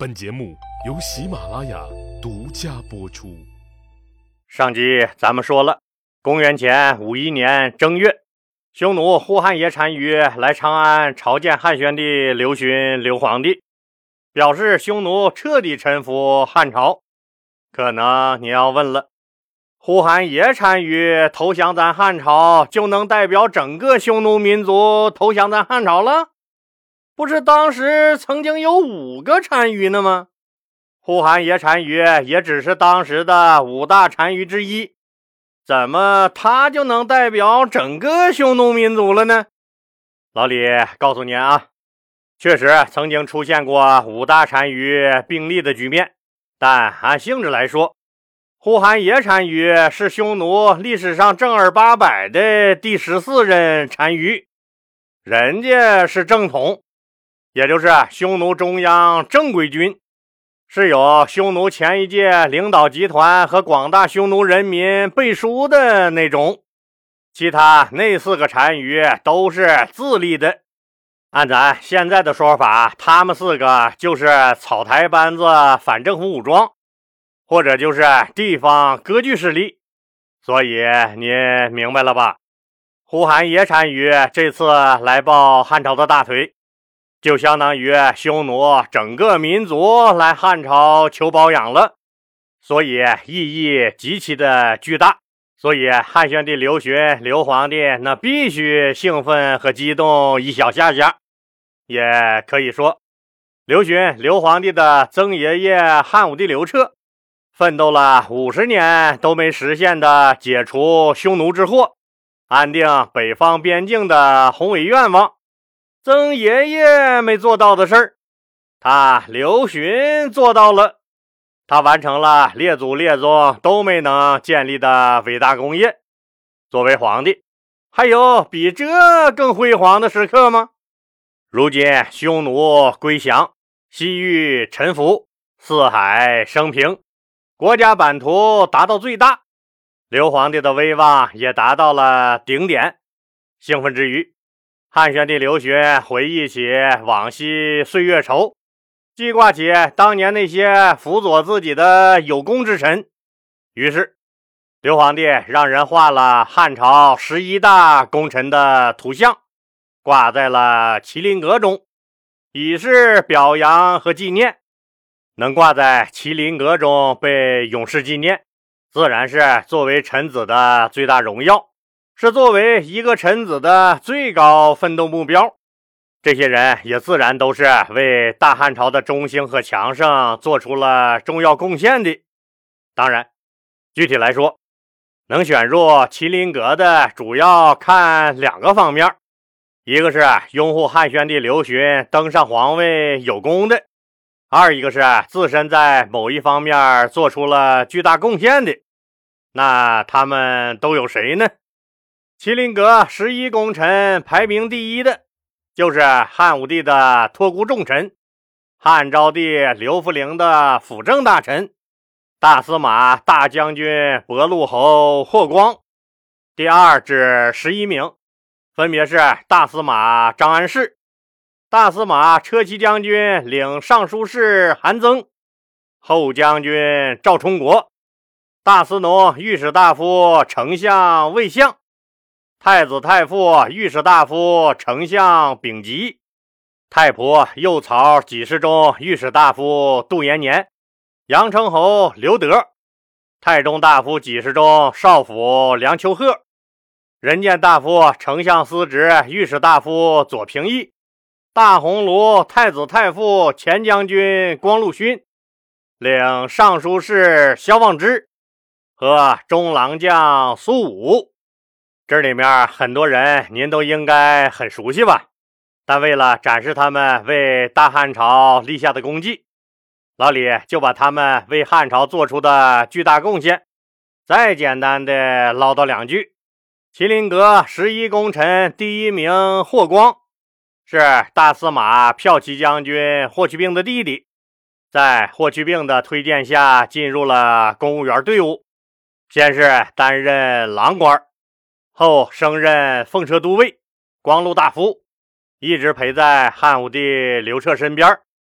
本节目由喜马拉雅独家播出。 上集咱们说了，公元前51年正月，匈奴呼韩邪单于来长安朝见汉宣帝刘询刘皇帝，表示匈奴彻底臣服汉朝。可能你要问了，呼韩邪单于投降咱汉朝，就能代表整个匈奴民族投降咱汉朝了？不是当时曾经有5个单于呢吗？呼韩邪单于也只是当时的5大单于之一，怎么他就能代表整个匈奴民族了呢？老李告诉您啊，确实曾经出现过5大单于并立的局面，但按性质来说，呼韩邪单于是匈奴历史上正儿八百的第14任单于，人家是正统，也就是匈奴中央正规军，是有匈奴前一届领导集团和广大匈奴人民背书的那种。其他那4个单于都是自立的，按咱现在的说法，他们4个就是草台班子反政府武装，或者就是地方割据势力。所以你明白了吧？呼韩邪单于这次来抱汉朝的大腿，就相当于匈奴整个民族来汉朝求保养了，所以意义极其的巨大。所以汉宣帝刘询刘皇帝那必须兴奋和激动一小下下。也可以说，刘询刘皇帝的曾爷爷汉武帝刘彻奋斗了50年都没实现的解除匈奴之祸，安定北方边境的宏伟愿望，曾爷爷没做到的事儿，他刘询做到了。他完成了列祖列宗都没能建立的伟大功业。作为皇帝，还有比这更辉煌的时刻吗？如今匈奴归降，西域臣服，四海升平，国家版图达到最大，刘皇帝的威望也达到了顶点。兴奋之余，汉宣帝刘询回忆起往昔岁月稠，记挂起当年那些辅佐自己的有功之臣。于是刘皇帝让人画了汉朝11大功臣的图像，挂在了麒麟阁中，以示表扬和纪念。能挂在麒麟阁中被永世纪念，自然是作为臣子的最大荣耀，是作为一个臣子的最高奋斗目标。这些人也自然都是为大汉朝的中兴和强盛做出了重要贡献的。当然，具体来说，能选入麒麟阁的主要看2个方面，一个是拥护汉宣帝刘询登上皇位有功的，二一个是自身在某一方面做出了巨大贡献的。那他们都有谁呢？麒麟阁11功臣排名第1的就是汉武帝的托孤重臣，汉昭帝刘弗陵的辅政大臣，大司马大将军博陆侯霍光。第2至11名分别是大司马张安世，大司马车骑将军领尚书事韩增，后将军赵充国，大司农御史大夫丞相魏相，太子太傅御史大夫丞相丙吉，太仆右曹给事中御史大夫杜延年，阳城侯刘德，太中大夫给事中少府梁丘贺，人谏大夫丞相司职御史大夫左平义，大鸿胪太子太傅前将军光禄勋，领尚书事萧望之和中郎将苏武。这里面很多人您都应该很熟悉吧，但为了展示他们为大汉朝立下的功绩，老李就把他们为汉朝做出的巨大贡献再简单的唠叨2句。麒麟阁11功臣第1名霍光，是大司马骠骑将军霍去病的弟弟，在霍去病的推荐下进入了公务员队伍，先是担任郎官，后升任奉车都尉、光禄大夫，一直陪在汉武帝刘彻身边，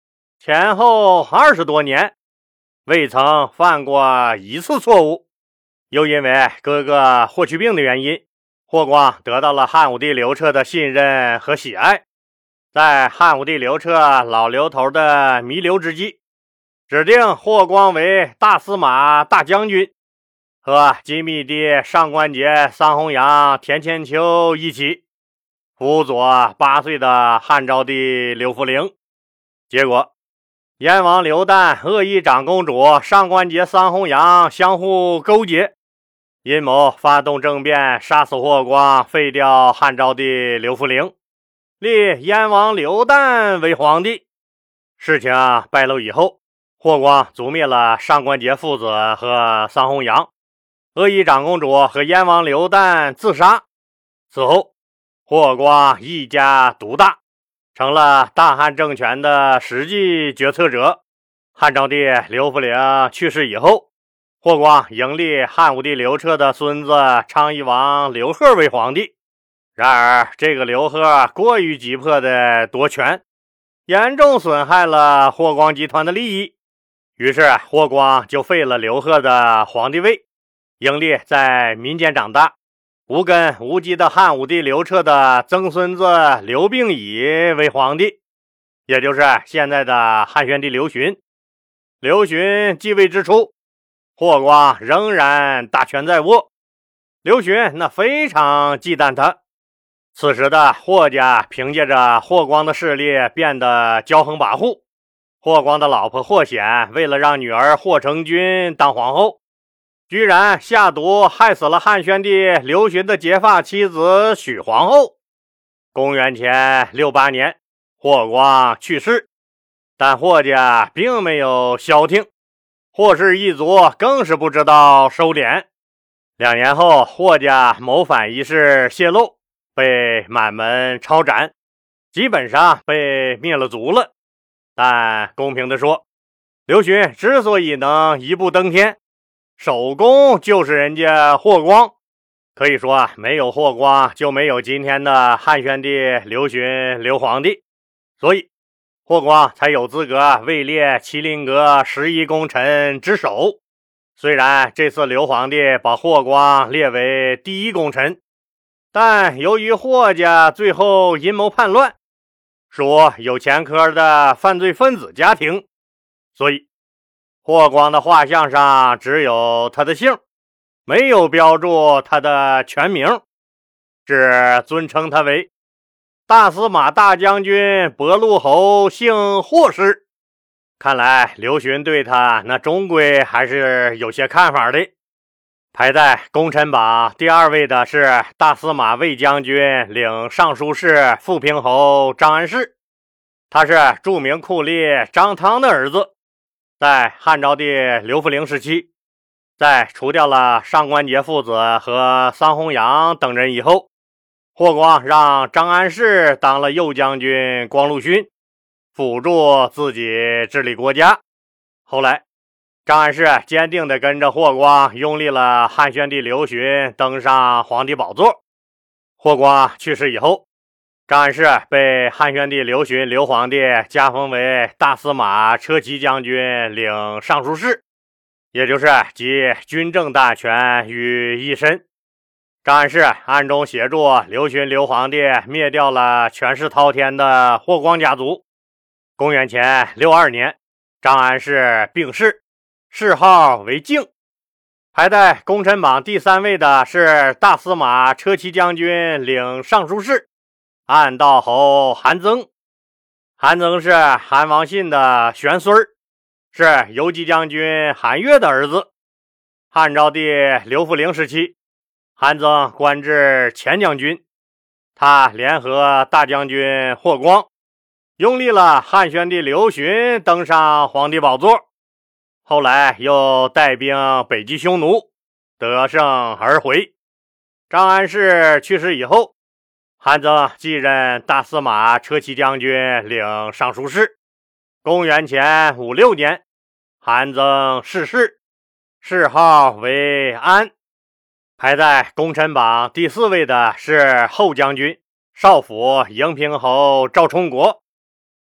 前后20多年，未曾犯过一次错误。又因为哥哥霍去病的原因，霍光得到了汉武帝刘彻的信任和喜爱。在汉武帝刘彻老刘头的弥留之际，指定霍光为大司马大将军，和金密帝上官桀、桑弘羊、田千秋一起辅佐8岁的汉昭帝刘弗陵。结果燕王刘旦、恶意长公主上官桀、桑弘羊相互勾结，阴谋发动政变，杀死霍光，废掉汉昭帝刘弗陵，立燕王刘旦为皇帝。事情败露以后，霍光族灭了上官桀父子和桑弘羊，恶意长公主和燕王刘旦自杀。此后，霍光一家独大，成了大汉政权的实际决策者。汉昭帝刘弗陵去世以后，霍光迎立汉武帝刘彻的孙子昌邑王刘贺为皇帝。然而这个刘贺过于急迫的夺权，严重损害了霍光集团的利益，于是霍光就废了刘贺的皇帝位，迎立在民间长大无根无基的汉武帝刘彻的曾孙子刘病已为皇帝，也就是现在的汉宣帝刘询。刘询继位之初，霍光仍然大权在握，刘询那非常忌惮他。此时的霍家凭借着霍光的势力变得骄横跋扈，霍光的老婆霍显为了让女儿霍成君当皇后，居然下毒害死了汉宣帝刘询的结发妻子许皇后。公元前68年，霍光去世，但霍家并没有消停，霍氏一族更是不知道收敛。2年后，霍家谋反一事泄露，被满门抄斩，基本上被灭了族了。但公平地说，刘询之所以能一步登天，首功就是人家霍光。可以说没有霍光就没有今天的汉宣帝刘询刘皇帝，所以霍光才有资格位列麒麟阁11功臣之首。虽然这次刘皇帝把霍光列为第一功臣，但由于霍家最后阴谋叛乱，属有前科的犯罪分子家庭，所以霍光的画像上只有他的姓，没有标注他的全名，只尊称他为大司马大将军博陆侯姓霍氏。看来刘询对他那终归还是有些看法的。排在功臣榜第2位的是大司马卫将军领尚书事富平侯张安世，他是著名酷吏张汤的儿子。在汉昭帝刘弗陵时期，在除掉了上官桀父子和桑弘羊等人以后，霍光让张安世当了右将军光禄勋，辅助自己治理国家。后来张安世坚定地跟着霍光拥立了汉宣帝刘询登上皇帝宝座。霍光去世以后，张安世被汉宣帝刘询刘皇帝加封为大司马车骑将军领尚书事，也就是集军政大权于一身。张安世暗中协助刘询刘皇帝灭掉了权势滔天的霍光家族。公元前62年，张安世病逝，谥号为靖。排在功臣榜第3位的是大司马车骑将军领尚书事暗道侯韩增。韩增是韩王信的玄孙，是游击将军韩越的儿子。汉昭帝刘弗陵时期，韩增官至前将军，他联合大将军霍光，拥立了汉宣帝刘询登上皇帝宝座。后来又带兵北击匈奴，得胜而回。张安世去世以后，韩增继任大司马车骑将军领尚书事。公元前56年，韩增逝世，谥号为安。排在功臣榜第4位的是后将军少府迎平侯赵充国。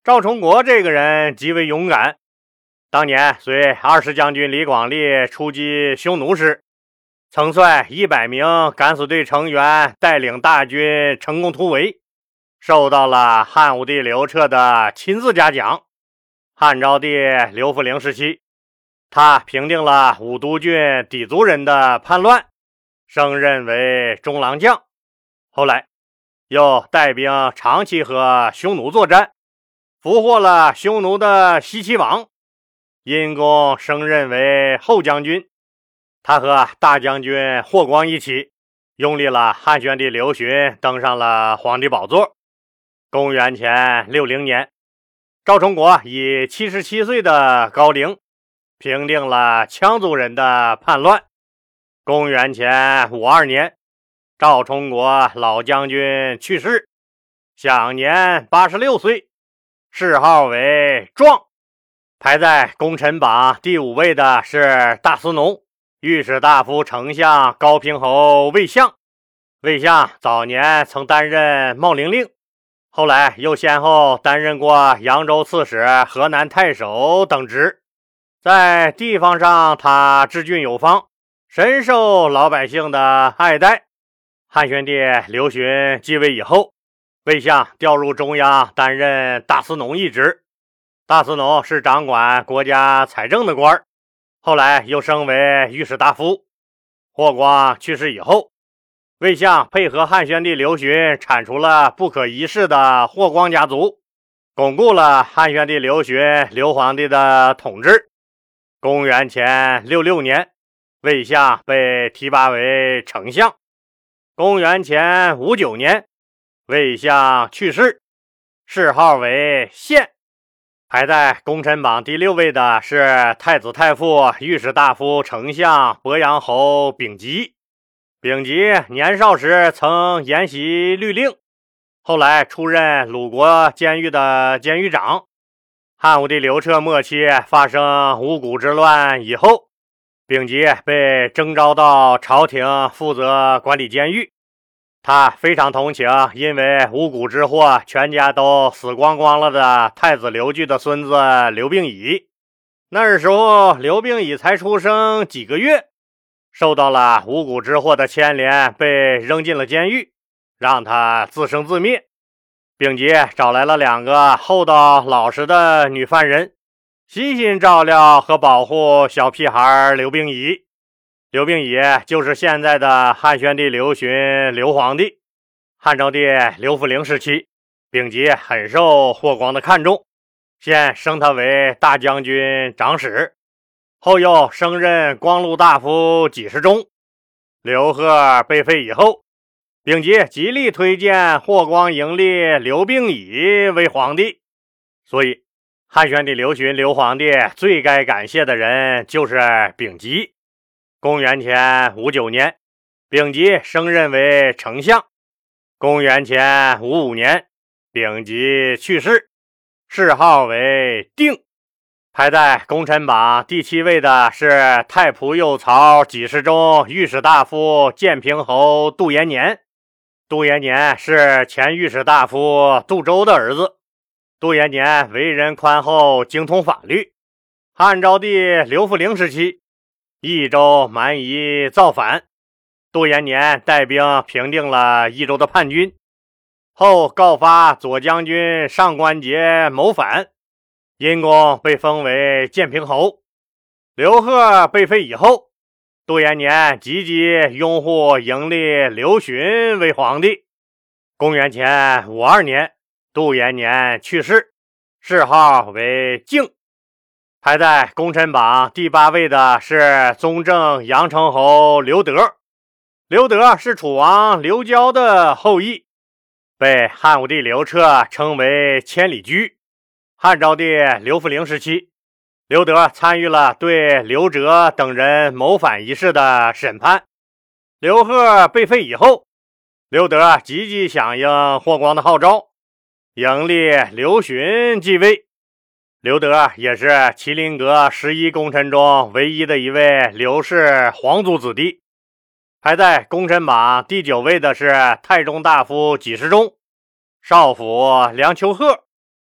赵充国这个人极为勇敢，当年随20将军李广利出击匈奴时，曾率100名敢死队成员带领大军成功突围，受到了汉武帝刘彻的亲自嘉奖。汉昭帝刘弗陵时期，他平定了武都郡氐族人的叛乱，升任为中郎将。后来又带兵长期和匈奴作战，俘获了匈奴的西岐王，因功升任为后将军。他和大将军霍光一起拥立了汉宣帝刘询，登上了皇帝宝座。公元前60年，赵充国以77岁的高龄平定了羌族人的叛乱。公元前52年，赵充国老将军去世，享年86岁，谥号为壮。排在功臣榜第5位的是大司农、御史大夫丞相高平侯魏相。魏相早年曾担任茂陵令，后来又先后担任过扬州刺史、河南太守等职。在地方上他治军有方，深受老百姓的爱戴。汉宣帝刘询继位以后，魏相调入中央担任大司农一职。大司农是掌管国家财政的官，后来又升为御史大夫。霍光去世以后，魏相配合汉宣帝刘询铲除了不可一世的霍光家族，巩固了汉宣帝刘询刘皇帝的统治。公元前66年，魏相被提拔为丞相。公元前59年，魏相去世，谥号为献。排在功臣榜第6位的是太子太傅、御史大夫丞相鄱阳侯丙吉。丙吉年少时曾沿袭律令，后来出任鲁国监狱的监狱长。汉武帝刘彻末期发生五谷之乱以后，丙吉被征召到朝廷负责管理监狱。他非常同情因为五谷之祸全家都死光光了的太子刘据的孙子刘病已。那时候刘病已才出生几个月，受到了五谷之祸的牵连，被扔进了监狱，让他自生自灭。丙吉找来了2个厚道老实的女犯人，悉心照料和保护小屁孩刘病已。刘病已就是现在的汉宣帝刘询刘皇帝。汉昭帝刘弗陵时期，丙吉很受霍光的看重，先升他为大将军长史，后又升任光禄大夫给事中。刘贺被废以后，丙吉极力推荐霍光迎立刘病已为皇帝，所以汉宣帝刘询刘皇帝最该感谢的人就是丙吉。公元前59年，丙吉升任为丞相。公元前55年，丙吉去世，谥号为定。排在功臣榜第7位的是太仆右曹给事中御史大夫建平侯杜延年。杜延年是前御史大夫杜周的儿子。杜延年为人宽厚，精通法律。汉昭帝刘弗陵时期，益州蛮夷造反，杜延年带兵平定了益州的叛军，后告发左将军上官桀谋反，因功被封为建平侯。刘贺被废以后，杜延年积极拥护迎立刘询为皇帝。公元前52年，杜延年去世，谥号为敬。排在功臣榜第8位的是宗正阳城侯刘德。刘德是楚王刘交的后裔，被汉武帝刘彻称为千里驹。汉昭帝刘弗陵时期，刘德参与了对刘哲等人谋反一事的审判。刘贺被废以后，刘德积极响应霍光的号召，迎立刘询继位。刘德也是麒麟阁11功臣中唯一的一位刘氏皇族子弟。排在功臣榜第9位的是太中大夫给事中少府梁丘贺。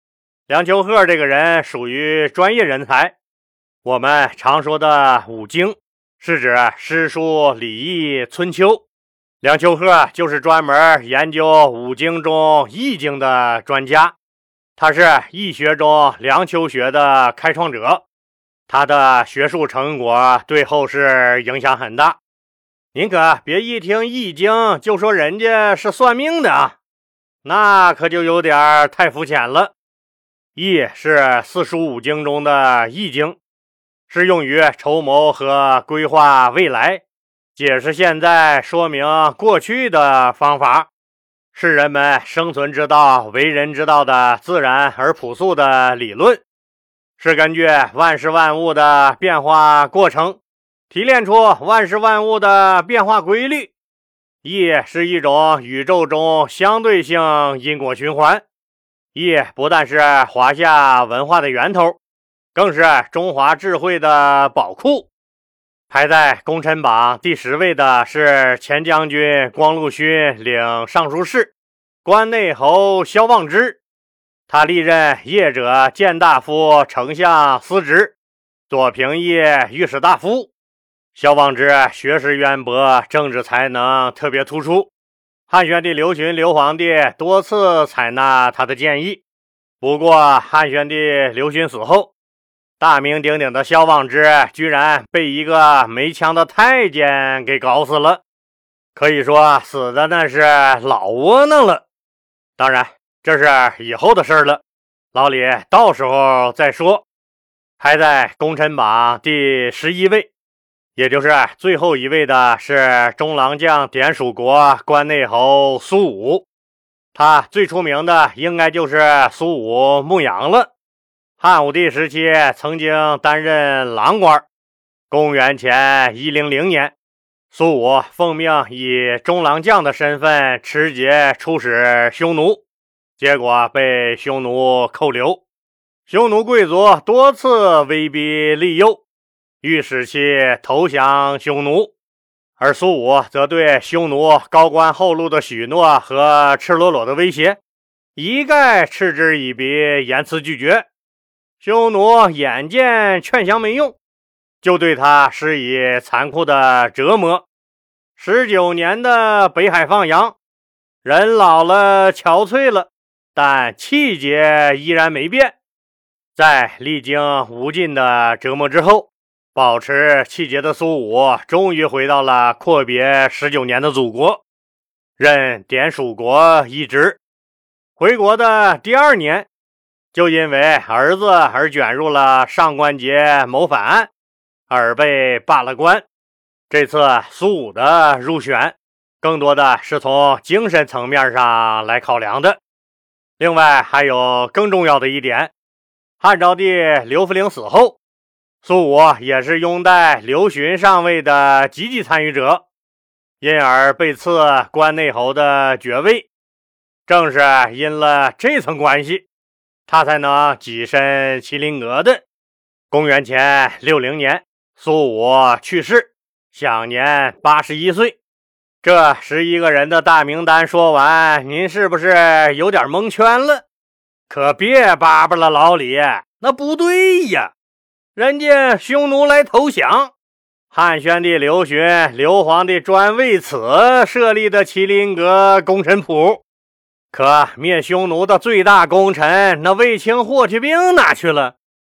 梁丘贺这个人属于专业人才，我们常说的五经是指诗书礼义春秋，梁丘贺就是专门研究五经中易经的专家，他是易学中梁丘学的开创者，他的学术成果对后世影响很大。您可别一听易经就说人家是算命的啊，那可就有点太肤浅了。易是四书五经中的易经，是用于筹谋和规划未来，解释现在，说明过去的方法，是人们生存之道、为人之道的自然而朴素的理论，是根据万事万物的变化过程提炼出万事万物的变化规律。易是一种宇宙中相对性因果循环。易不但是华夏文化的源头，更是中华智慧的宝库。排在功臣榜第10位的是前将军光禄勋领尚书事、关内侯萧望之，他历任谒者谏大夫、丞相司职、左平议御史大夫。萧望之学识渊博，政治才能特别突出，汉宣帝刘询刘皇帝多次采纳他的建议。不过汉宣帝刘询死后，大名鼎鼎的萧望之居然被一个没枪的太监给搞死了，可以说死的那是老窝囊了。当然这是以后的事了，老李到时候再说。排在功臣榜第11位，也就是最后一位的是中郎将典属国关内侯苏武，他最出名的应该就是苏武牧羊了。汉武帝时期曾经担任郎官。公元前100年，苏武奉命以中郎将的身份持节出使匈奴，结果被匈奴扣留。匈奴贵族多次威逼利诱，欲使其投降匈奴，而苏武则对匈奴高官厚禄的许诺和赤裸裸的威胁一概嗤之以鼻，严词拒绝。匈奴眼见劝降没用，就对他施以残酷的折磨。19年的北海放羊，人老了憔悴了，但气节依然没变。在历经无尽的折磨之后，保持气节的苏武终于回到了阔别19年的祖国，任典属国一职。回国的第2年，就因为儿子而卷入了上官桀谋反案，而被罢了官。这次苏武的入选更多的是从精神层面上来考量的。另外还有更重要的一点，汉昭帝刘弗陵死后，苏武也是拥戴刘询上位的积极参与者，因而被赐关内侯的爵位。正是因了这层关系，他才能跻身麒麟阁的。公元前60年，苏武去世，享年81岁。这11个人的大名单说完，您是不是有点蒙圈了？可别巴巴了，老李，那不对呀，人家匈奴来投降，汉宣帝刘询刘皇帝专为此设立的麒麟阁功臣谱。可灭匈奴的最大功臣那卫青、霍去病哪去了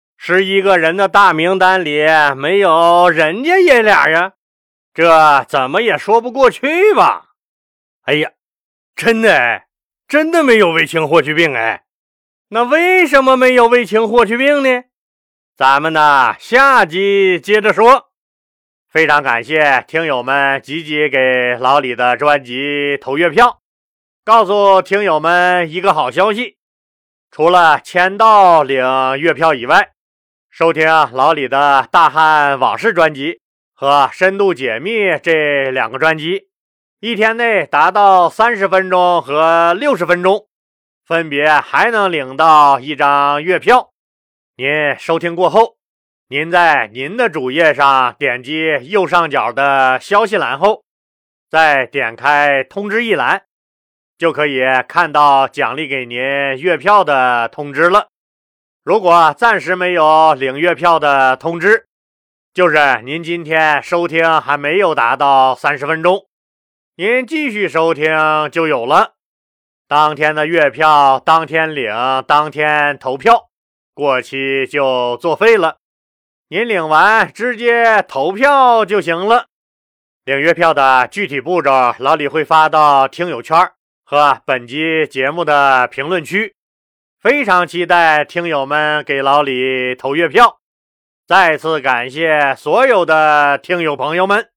？11个人的大名单里没有人家爷俩呀，这怎么也说不过去吧？哎呀，真的没有卫青、霍去病哎。那为什么没有卫青、霍去病呢？咱们呢下集接着说。非常感谢听友们积极给老李的专辑投月票。告诉听友们一个好消息，除了签到领月票以外，收听老李的大汉往事专辑和深度解密这2个专辑，一天内达到30分钟和60分钟，分别还能领到1张月票。您收听过后，您在您的主页上点击右上角的消息栏后，再点开通知一栏，就可以看到奖励给您月票的通知了。 如果暂时没有领月票的通知，就是您今天收听还没有达到30分钟，您继续收听就有了。当天的月票当天领，当天投票，过期就作废了。您领完直接投票就行了。领月票的具体步骤，老李会发到听友圈和本期节目的评论区，非常期待听友们给老李投月票。再次感谢所有的听友朋友们。